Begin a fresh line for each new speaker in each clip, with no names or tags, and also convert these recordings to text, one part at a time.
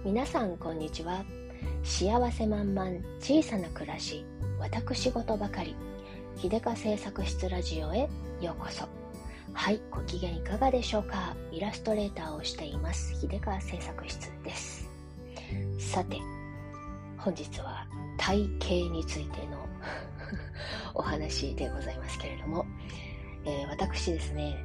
皆さんこんにちは。幸せ満々小さな暮らし、私事ばかり、秀香製作室ラジオへようこそ。はい、ご機嫌いかがでしょうか。イラストレーターをしています秀香製作室です。さて、本日は体型についてのお話でございますけれども、私ですね、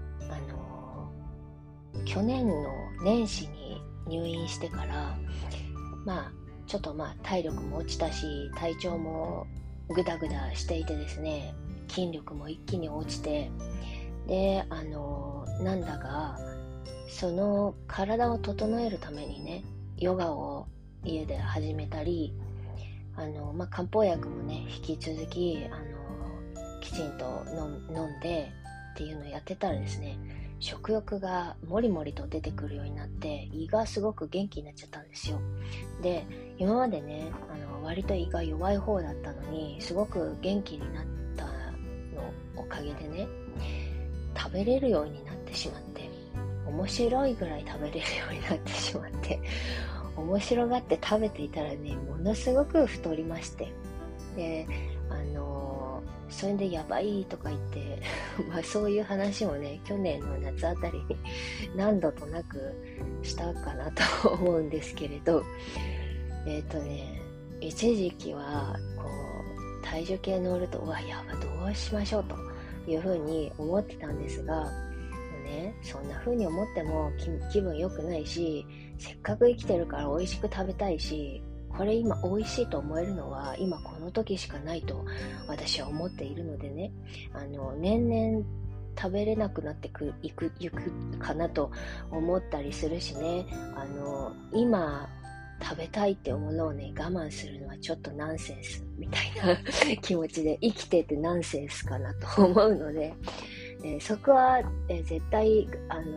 去年の年始に入院してから、ちょっと体力も落ちたし、体調もグダグダしていてですね、筋力も一気に落ちて、で、なんだか、その体を整えるためにね、ヨガを家で始めたり、漢方薬もね、引き続き、きちんと飲んでっていうのをやってたらですね、食欲がもりもりと出てくるようになって、胃がすごく元気になっちゃったんですよ。で、今までね、割と胃が弱い方だったのに、すごく元気になったのおかげでね、食べれるようになってしまって、面白いぐらい食べれるようになってしまって、面白がって食べていたらね、ものすごく太りまして、で、それでやばいとか言ってそういう話もね、去年の夏あたりに何度となくしたかなと思うんですけれど、一時期はこう体重計乗ると、やばどうしましょうというふうに思ってたんですが、もうね、そんなふうに思っても気分良くないし、せっかく生きてるから美味しく食べたいし、これ今美味しいと思えるのは今この時しかないと私は思っているのでね、年々食べれなくなっていくかなと思ったりするしね、今食べたいって思うのをね、我慢するのはちょっとナンセンスみたいな気持ちで、生きててナンセンスかなと思うので、そこは、絶対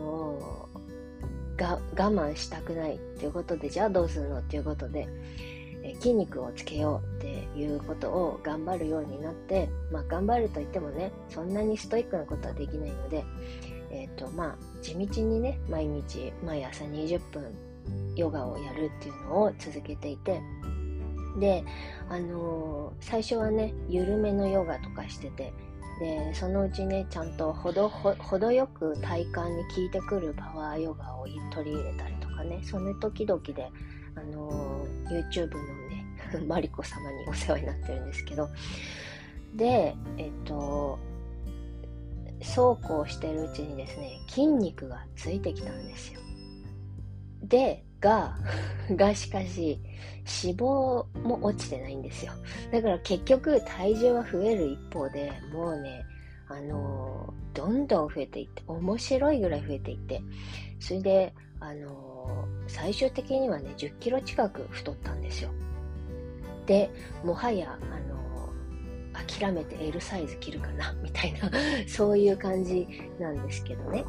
我慢したくないということで、じゃあどうするのっていうことで、筋肉をつけようっていうことを頑張るようになって、頑張るといってもね、そんなにストイックなことはできないので、地道にね、毎朝20分ヨガをやるっていうのを続けていて、で、最初はね、緩めのヨガとかしてて、で、そのうちね、ちゃんと程よく体幹に効いてくるパワーヨガを取り入れたりとかね、その時々で、YouTube のね、マリコ様にお世話になってるんですけど、で、そうこうしてるうちにですね、筋肉がついてきたんですよ。で、しかし、脂肪も落ちてないんですよ。だから結局体重は増える一方で、もうね、どんどん増えていって、面白いぐらい増えていって、それで、最終的にはね、10キロ近く太ったんですよ。で、もはや、諦めて L サイズ着るかな、みたいな、そういう感じなんですけどね。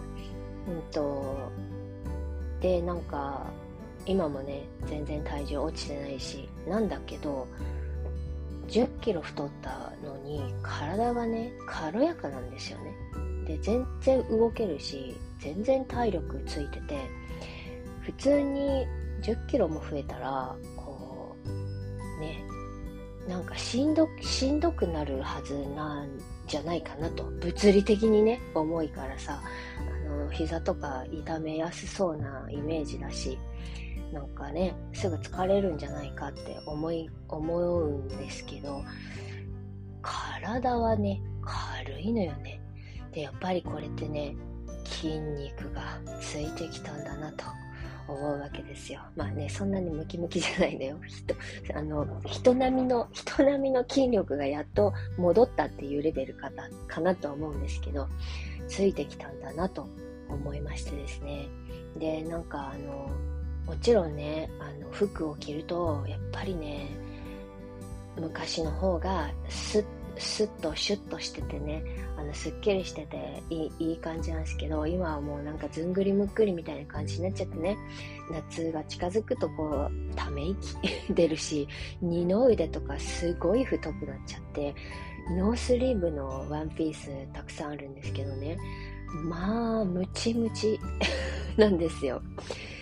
で、なんか、今もね、全然体重落ちてないし、なんだけど、10キロ太ったのに、体がね、軽やかなんですよね。で、全然動けるし、全然体力ついてて、普通に10キロも増えたら、こう、ね、なんかしんどくなるはずなんじゃないかなと、物理的にね、重いからさ、膝とか痛めやすそうなイメージだし、なんかね、すぐ疲れるんじゃないかって思うんですけど、体はね、軽いのよね。で、やっぱりこれってね、筋肉がついてきたんだなと思うわけですよ。そんなにムキムキじゃないのよ。人並みの筋力がやっと戻ったっていうレベルかなと思うんですけど、ついてきたんだなと思いましてですね。で、なんかもちろんね、服を着ると、やっぱりね、昔の方がスッとシュッとしててね、すっきりしてていい感じなんですけど、今はもうなんかずんぐりむっくりみたいな感じになっちゃってね、夏が近づくとこう、ため息出るし、二の腕とかすごい太くなっちゃって、ノースリーブのワンピースたくさんあるんですけどね、ムチムチなんですよ。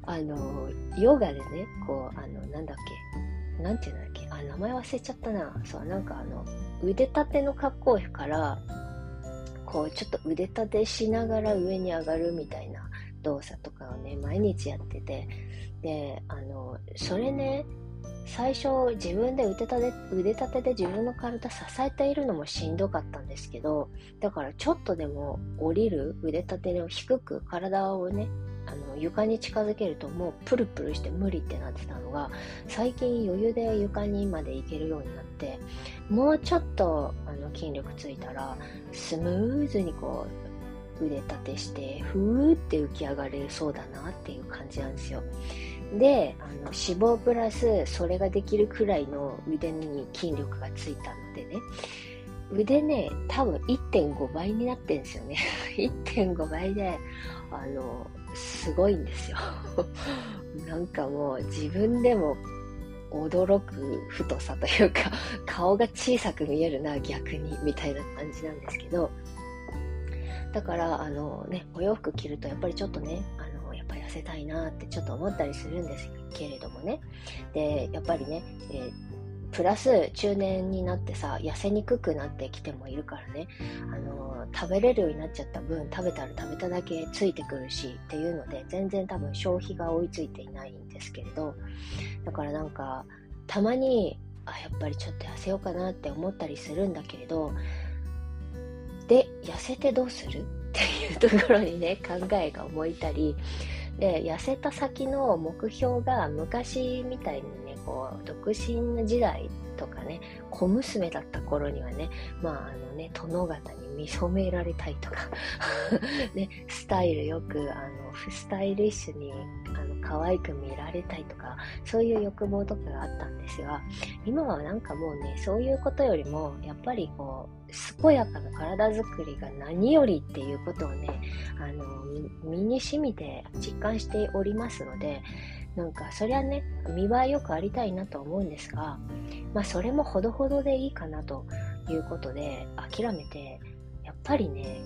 ヨガでね、こう、なんだっけ、なんていうんだっけ、名前忘れちゃったな。そう、なんか腕立ての格好から、こう、ちょっと腕立てしながら上に上がるみたいな動作とかをね、毎日やってて、で、それね、最初自分で腕立てで自分の体支えているのもしんどかったんですけど、だからちょっとでも腕立てを低く体をね、床に近づけるともうプルプルして無理ってなってたのが、最近余裕で床にまで行けるようになって、もうちょっと筋力ついたらスムーズにこう腕立てしてふーって浮き上がれるそうだなっていう感じなんですよ。で、脂肪プラスそれができるくらいの腕に筋力がついたのでね、腕ね、多分 1.5 倍になってるんですよね。1.5 倍で、すごいんですよ。なんかもう自分でも驚く太さというか、顔が小さく見えるな、逆に、みたいな感じなんですけど、だから、お洋服着るとやっぱりちょっとね、やっぱり痩せたいなってちょっと思ったりするんですけれどもね。で、やっぱりね、プラス中年になってさ、痩せにくくなってきてもいるからね、食べれるようになっちゃった分、食べたら食べただけついてくるしっていうので、全然多分消費が追いついていないんですけれど、だからなんかたまにやっぱりちょっと痩せようかなって思ったりするんだけれど、で痩せてどうするっていうところにね、考えが思いたりで、痩せた先の目標が昔みたいにね、こう独身時代とかね、小娘だった頃にはね、殿方に見初められたいとかね、スタイルよくスタイリッシュに可愛く見られたいとか、そういう欲望とかがあったんですが、今はなんかもうね、そういうことよりもやっぱりこう健やかな体づくりが何よりっていうことをね、身に染みて実感しておりますので、なんかそりゃね、見栄えよくありたいなと思うんですが、それもほどほどでいいかなということで諦めて、やっぱりね、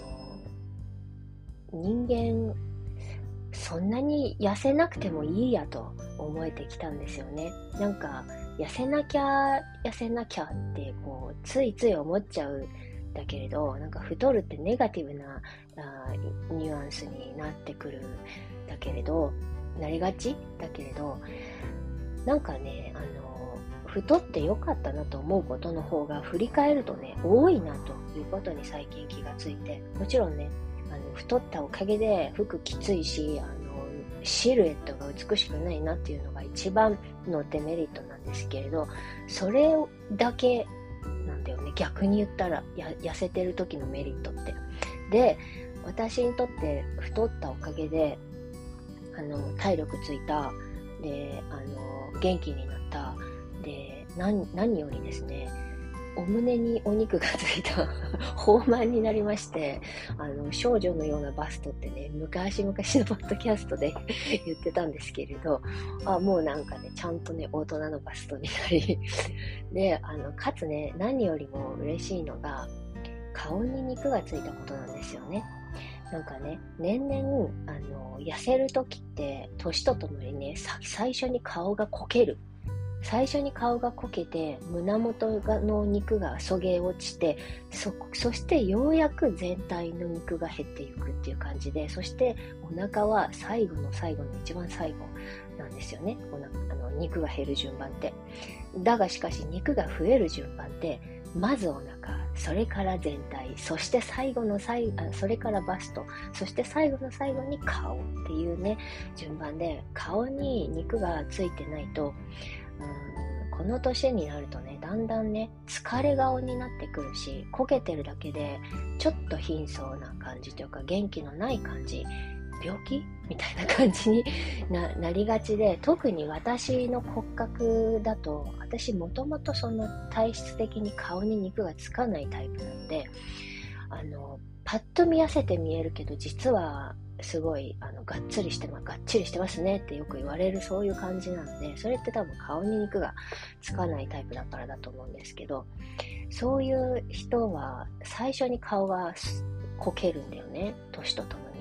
人間そんなに痩せなくてもいいやと思えてきたんですよね。なんか痩せなきゃってこうついつい思っちゃうだけれど、なんか太るってネガティブなニュアンスになってくるだけれど、なりがちだけれど、なんかね、太ってよかったなと思うことの方が振り返るとね、多いなということに最近気がついて、もちろんね、太ったおかげで服きついし、シルエットが美しくないなっていうのが一番のデメリットなんですけれど、それだけなんだよね、逆に言ったら痩せてる時のメリットって。で、私にとって太ったおかげで体力ついた、で元気になった、で何よりですね、お胸にお肉がついた豊満になりまして、少女のようなバストってね、昔々のポッドキャストで言ってたんですけれど、もうなんかね、ちゃんとね、大人のバストになりで、かつね、何よりも嬉しいのが顔に肉がついたことなんですよね。なんかね、年々痩せる時って年とともにね、最初に顔がこける。最初に顔がこけて胸元の肉がそげ落ちて、そしてようやく全体の肉が減っていくっていう感じで、そしてお腹は最後の最後の一番最後なんですよね、肉が減る順番って。だがしかし肉が増える順番ってまずお腹、それから全体、そしてそれからバスト、そして最後の最後に顔っていうね、順番で、顔に肉がついてないと、この年になるとね、だんだんね、疲れ顔になってくるし、こけてるだけでちょっと貧相な感じというか、元気のない感じ、病気みたいな感じになりがちで、特に私の骨格だと、私もともとその体質的に顔に肉がつかないタイプなので、パッと見痩せて見えるけど、実はすごいがっちりしてますねってよく言われる、そういう感じなので、それって多分顔に肉がつかないタイプだからだと思うんですけど、そういう人は最初に顔がこけるんだよね、年とともに。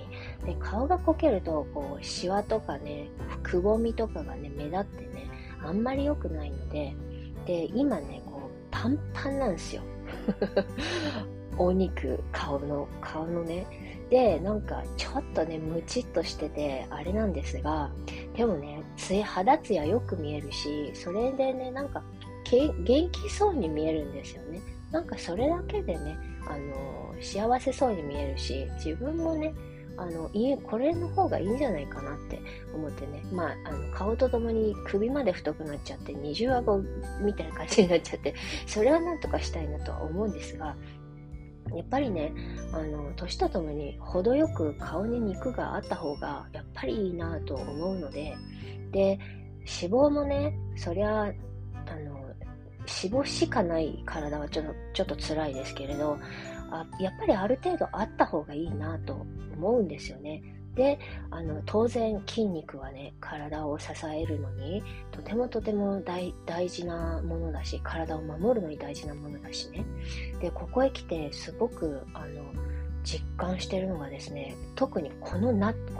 で、顔がこけると、こう、シワとかね、くぼみとかがね、目立ってね、あんまり良くないので、で、今ね、こう、パンパンなんですよ。お肉、顔のね。で、なんか、ちょっとね、ムチっとしてて、あれなんですが、でもね、肌ツヤよく見えるし、それでね、なんか、元気そうに見えるんですよね。なんか、それだけでね、幸せそうに見えるし、自分もね、これの方がいいんじゃないかなって思ってね。まあ、顔とともに首まで太くなっちゃって、二重顎みたいな感じになっちゃって、それはなんとかしたいなとは思うんですが、やっぱりね、年とともに程よく顔に肉があった方が、やっぱりいいなと思うので、で、脂肪もね、そりゃ、脂肪しかない体はちょっと辛いですけれど、やっぱりある程度あった方がいいなと思うんですよね。で、当然筋肉はね、体を支えるのに、とても大事なものだし、体を守るのに大事なものだしね。で、ここへ来てすごく、実感してるのがですね、特にこの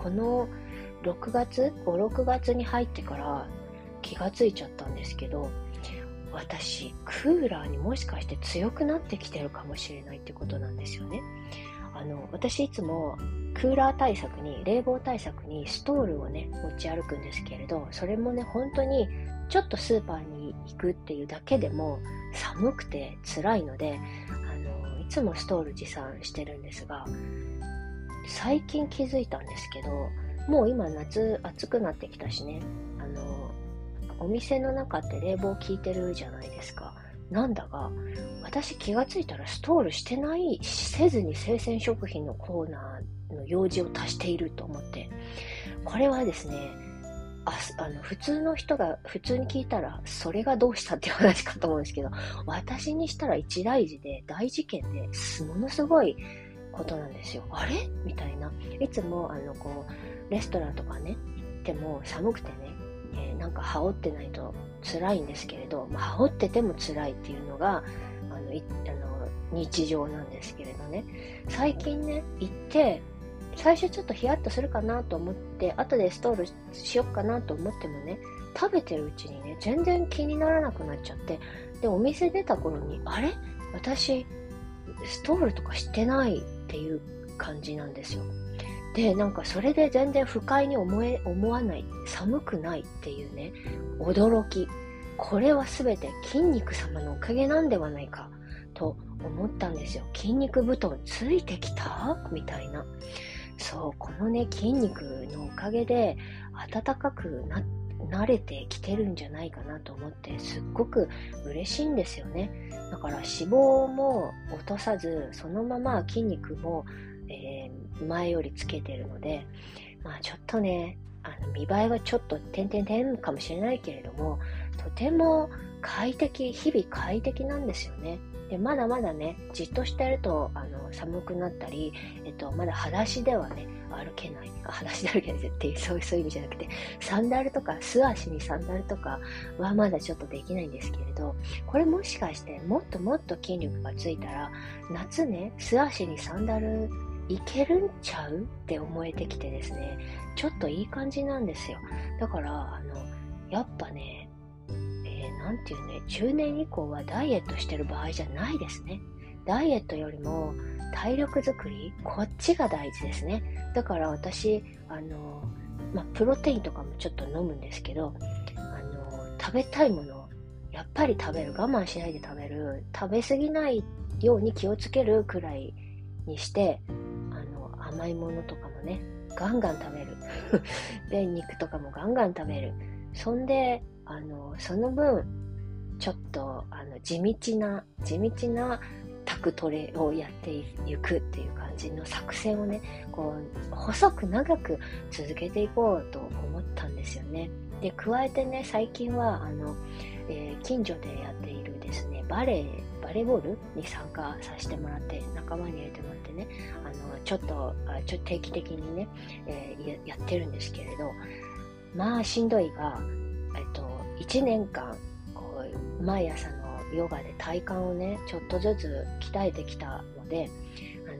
6月、5、6月に入ってから気がついちゃったんですけど、私、クーラーにもしかして強くなってきてるかもしれないってことなんですよね。私いつもクーラー対策に、冷房対策にストールをね、持ち歩くんですけれど、それもね、本当にちょっとスーパーに行くっていうだけでも寒くて辛いので、いつもストール持参してるんですが、最近気づいたんですけど、もう今夏暑くなってきたしね、お店の中って冷房効いてるじゃないですか。なんだが、私気がついたらストールせずに生鮮食品のコーナーの用事を足していると思って、これはですね、普通の人が普通に聞いたら、それがどうしたっていう話かと思うんですけど、私にしたら一大事で、大事件で、ものすごいことなんですよ。あれみたいな。いつも、レストランとかね、行っても寒くてね、なんか羽織ってないと辛いんですけれど、羽織ってても辛いっていうのが日常なんですけれどね、最近ね行って最初ちょっとヒヤッとするかなと思って、後でストールしよっかなと思ってもね、食べてるうちにね全然気にならなくなっちゃって、でお店出た頃にあれ私ストールとかしてないっていう感じなんですよ。で、なんかそれで全然不快に思わない、寒くないっていうね、驚き。これはすべて筋肉様のおかげなんではないかと思ったんですよ。筋肉布団ついてきたみたいな。そう、このね、筋肉のおかげで暖かく慣れてきてるんじゃないかなと思って、すっごく嬉しいんですよね。だから脂肪も落とさず、そのまま筋肉も前よりつけてるので、ちょっとね、見栄えはちょっと点かもしれないけれども、とても日々快適なんですよね。で、まだまだね、じっとしてると、寒くなったり、まだ裸足ではね、歩けない。裸足で歩けないっていう、そういう意味じゃなくて、サンダルとか、素足にサンダルとかはまだちょっとできないんですけれど、これもしかして、もっともっと筋力がついたら、夏ね、素足にサンダル、いけるんちゃうって思えてきてですね、ちょっといい感じなんですよ。だから、やっぱね、なんていうね、中年以降はダイエットしてる場合じゃないですね。ダイエットよりも体力づくり、こっちが大事ですね。だから私、プロテインとかもちょっと飲むんですけど、食べたいもの、やっぱり食べる、我慢しないで食べる、食べ過ぎないように気をつけるくらいにして、甘いものとかもね、ガンガン食べる。で、肉とかもガンガン食べる。そんで、その分、ちょっと、地道な宅トレをやっていくっていう感じの作戦をね、こう、細く長く続けていこうと思ったんですよね。で、加えてね、最近は、近所でやっているですね、バレーボールに参加させてもらって、仲間に入れてもらってね、ちょっと定期的にね、やってるんですけれど、しんどいが、1年間、こ毎朝のヨガで体幹をね、ちょっとずつ鍛えてきたので、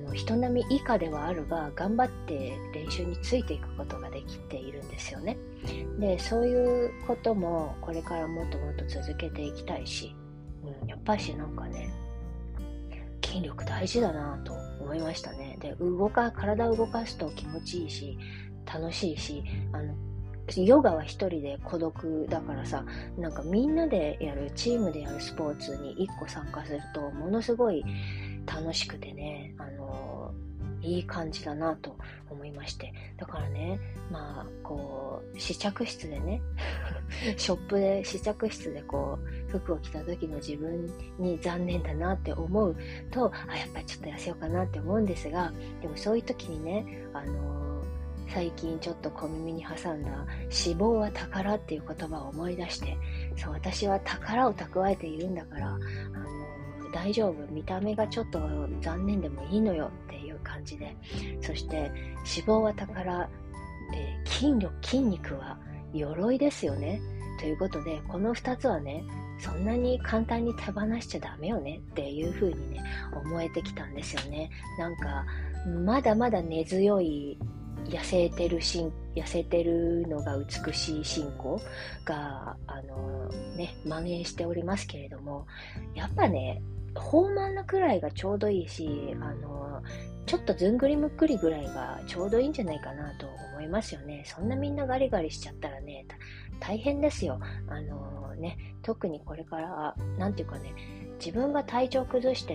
人並み以下ではあるが頑張って練習についていくことができているんですよね。でそういうこともこれからもっともっと続けていきたいし、やっぱりなんかね、筋力大事だなと思いましたね。で体を動かすと気持ちいいし楽しいし、ヨガは一人で孤独だからさ、なんかみんなでやる、チームでやるスポーツに一個参加するとものすごい楽しくてね、いい感じだなと思いまして、だからね、こう試着室でねショップで試着室でこう服を着た時の自分に残念だなって思うと、やっぱりちょっと痩せようかなって思うんですが、でもそういう時にね、最近ちょっと小耳に挟んだ脂肪は宝っていう言葉を思い出して、そう、私は宝を蓄えているんだから、大丈夫、見た目がちょっと残念でもいいのよっていう感じで、そして脂肪は宝で筋肉は鎧ですよねということで、この2つはね、そんなに簡単に手放しちゃダメよねっていう風にね思えてきたんですよね。なんかまだまだ根強い痩せてるのが美しい信仰が蔓延しておりますけれども、やっぱね、豊満なくらいがちょうどいいし、ちょっとずんぐりむっくりぐらいがちょうどいいんじゃないかなと思いますよね。そんなみんなガリガリしちゃったらね、大変ですよ。特にこれからなんていうかね、自分が体調崩して、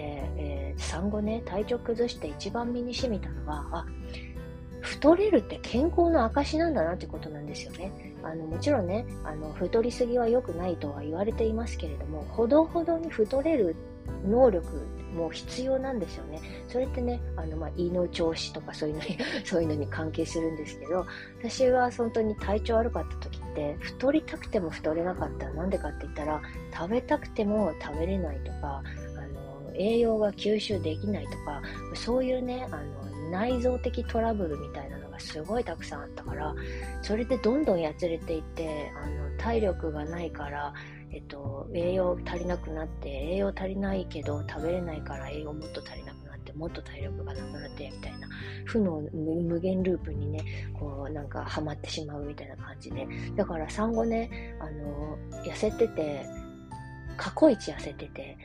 産後ね体調崩して一番身に染みたのは、太れるって健康の証なんだなってことなんですよね。もちろんね、太りすぎは良くないとは言われていますけれども、ほどほどに太れる能力も必要なんですよね。それってね、胃の調子とかそういうのに関係するんですけど、私は本当に体調悪かった時って太りたくても太れなかった。なんでかって言ったら、食べたくても食べれないとか、栄養が吸収できないとか、そういうね、内臓的トラブルみたいなのがすごいたくさんあったから、それでどんどんやつれていって、体力がないから、栄養足りなくなって、栄養足りないけど食べれないから栄養もっと足りなくなって、もっと体力がなくなってみたいな負の無限ループにね、こうなんかハマってしまうみたいな感じで、だから産後ね、痩せてて、過去一痩せてて、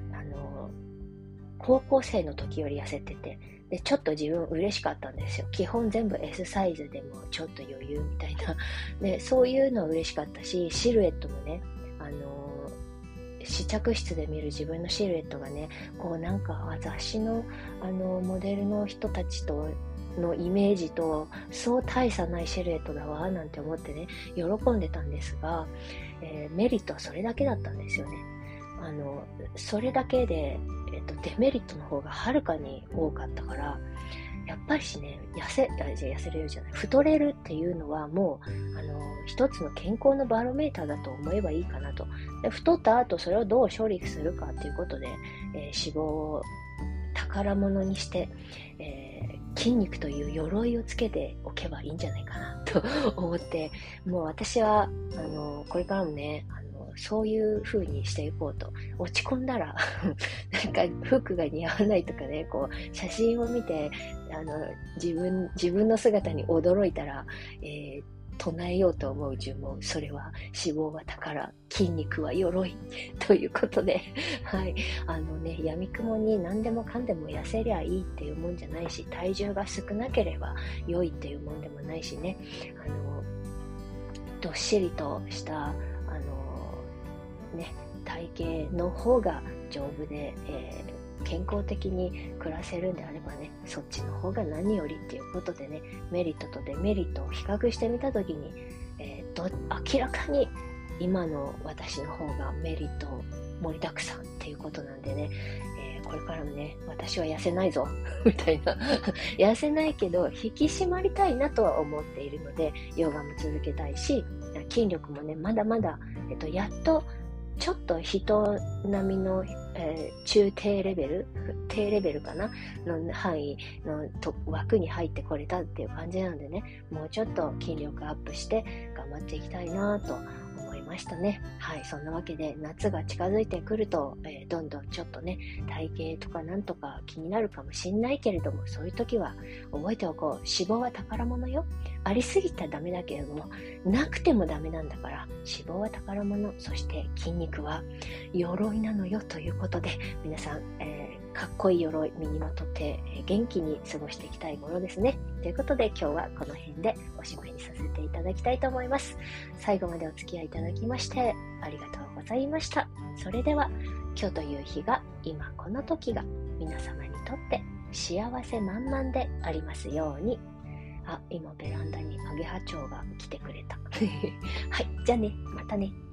高校生の時より痩せてて、でちょっと自分嬉しかったんですよ。基本全部 S サイズでもちょっと余裕みたいなで、そういうのは嬉しかったし、シルエットもね、試着室で見る自分のシルエットがね、こうなんか雑誌のモデルの人たちとのイメージとそう大差ないシルエットだわなんて思ってね、喜んでたんですが、メリットはそれだけだったんですよね。それだけで、デメリットの方がはるかに多かったから、やっぱりしね、痩せれるじゃない、太れるっていうのはもう一つの健康のバロメーターだと思えばいいかなと。で、太った後それをどう処理するかっていうことで、脂肪を宝物にして、筋肉という鎧をつけておけばいいんじゃないかなと思って、もう私はこれからもね、そういう風にしていこうと。落ち込んだらなんか服が似合わないとかね、こう写真を見て自分の姿に驚いたら、唱えようと思う呪文、それは脂肪は宝、筋肉は鎧ということではい、闇雲に何でもかんでも痩せりゃいいっていうもんじゃないし、体重が少なければ良いっていうもんでもないしね、どっしりとした体型の方が丈夫で、健康的に暮らせるんであればね、そっちの方が何よりっていうことでね、メリットとデメリットを比較してみたときに、明らかに今の私の方がメリット盛りだくさんっていうことなんでね、これからもね、私は痩せないぞみたいな痩せないけど引き締まりたいなとは思っているので、ヨガも続けたいし、筋力もね、まだまだ、やっとちょっと人並みの、中低レベルかなの範囲の枠に入ってこれたっていう感じなんでね、もうちょっと筋力アップして頑張っていきたいなと思いましたね。はい、そんなわけで夏が近づいてくると、どんどんちょっとね、体型とかなんとか気になるかもしんないけれども、そういう時は覚えておこう。脂肪は宝物よ。ありすぎたらダメだけれども、なくてもダメなんだから、脂肪は宝物、そして筋肉は鎧なのよということで、皆さん、かっこいい鎧身にまとって、元気に過ごしていきたいものですね。ということで今日はこの辺でおしまいにさせていただきたいと思います。最後までお付き合いいただきましてありがとうございました。それでは今日という日が今この時が皆様にとって幸せ満々でありますように。今ベランダにアゲハチョウが来てくれた。はい、じゃあね、またね。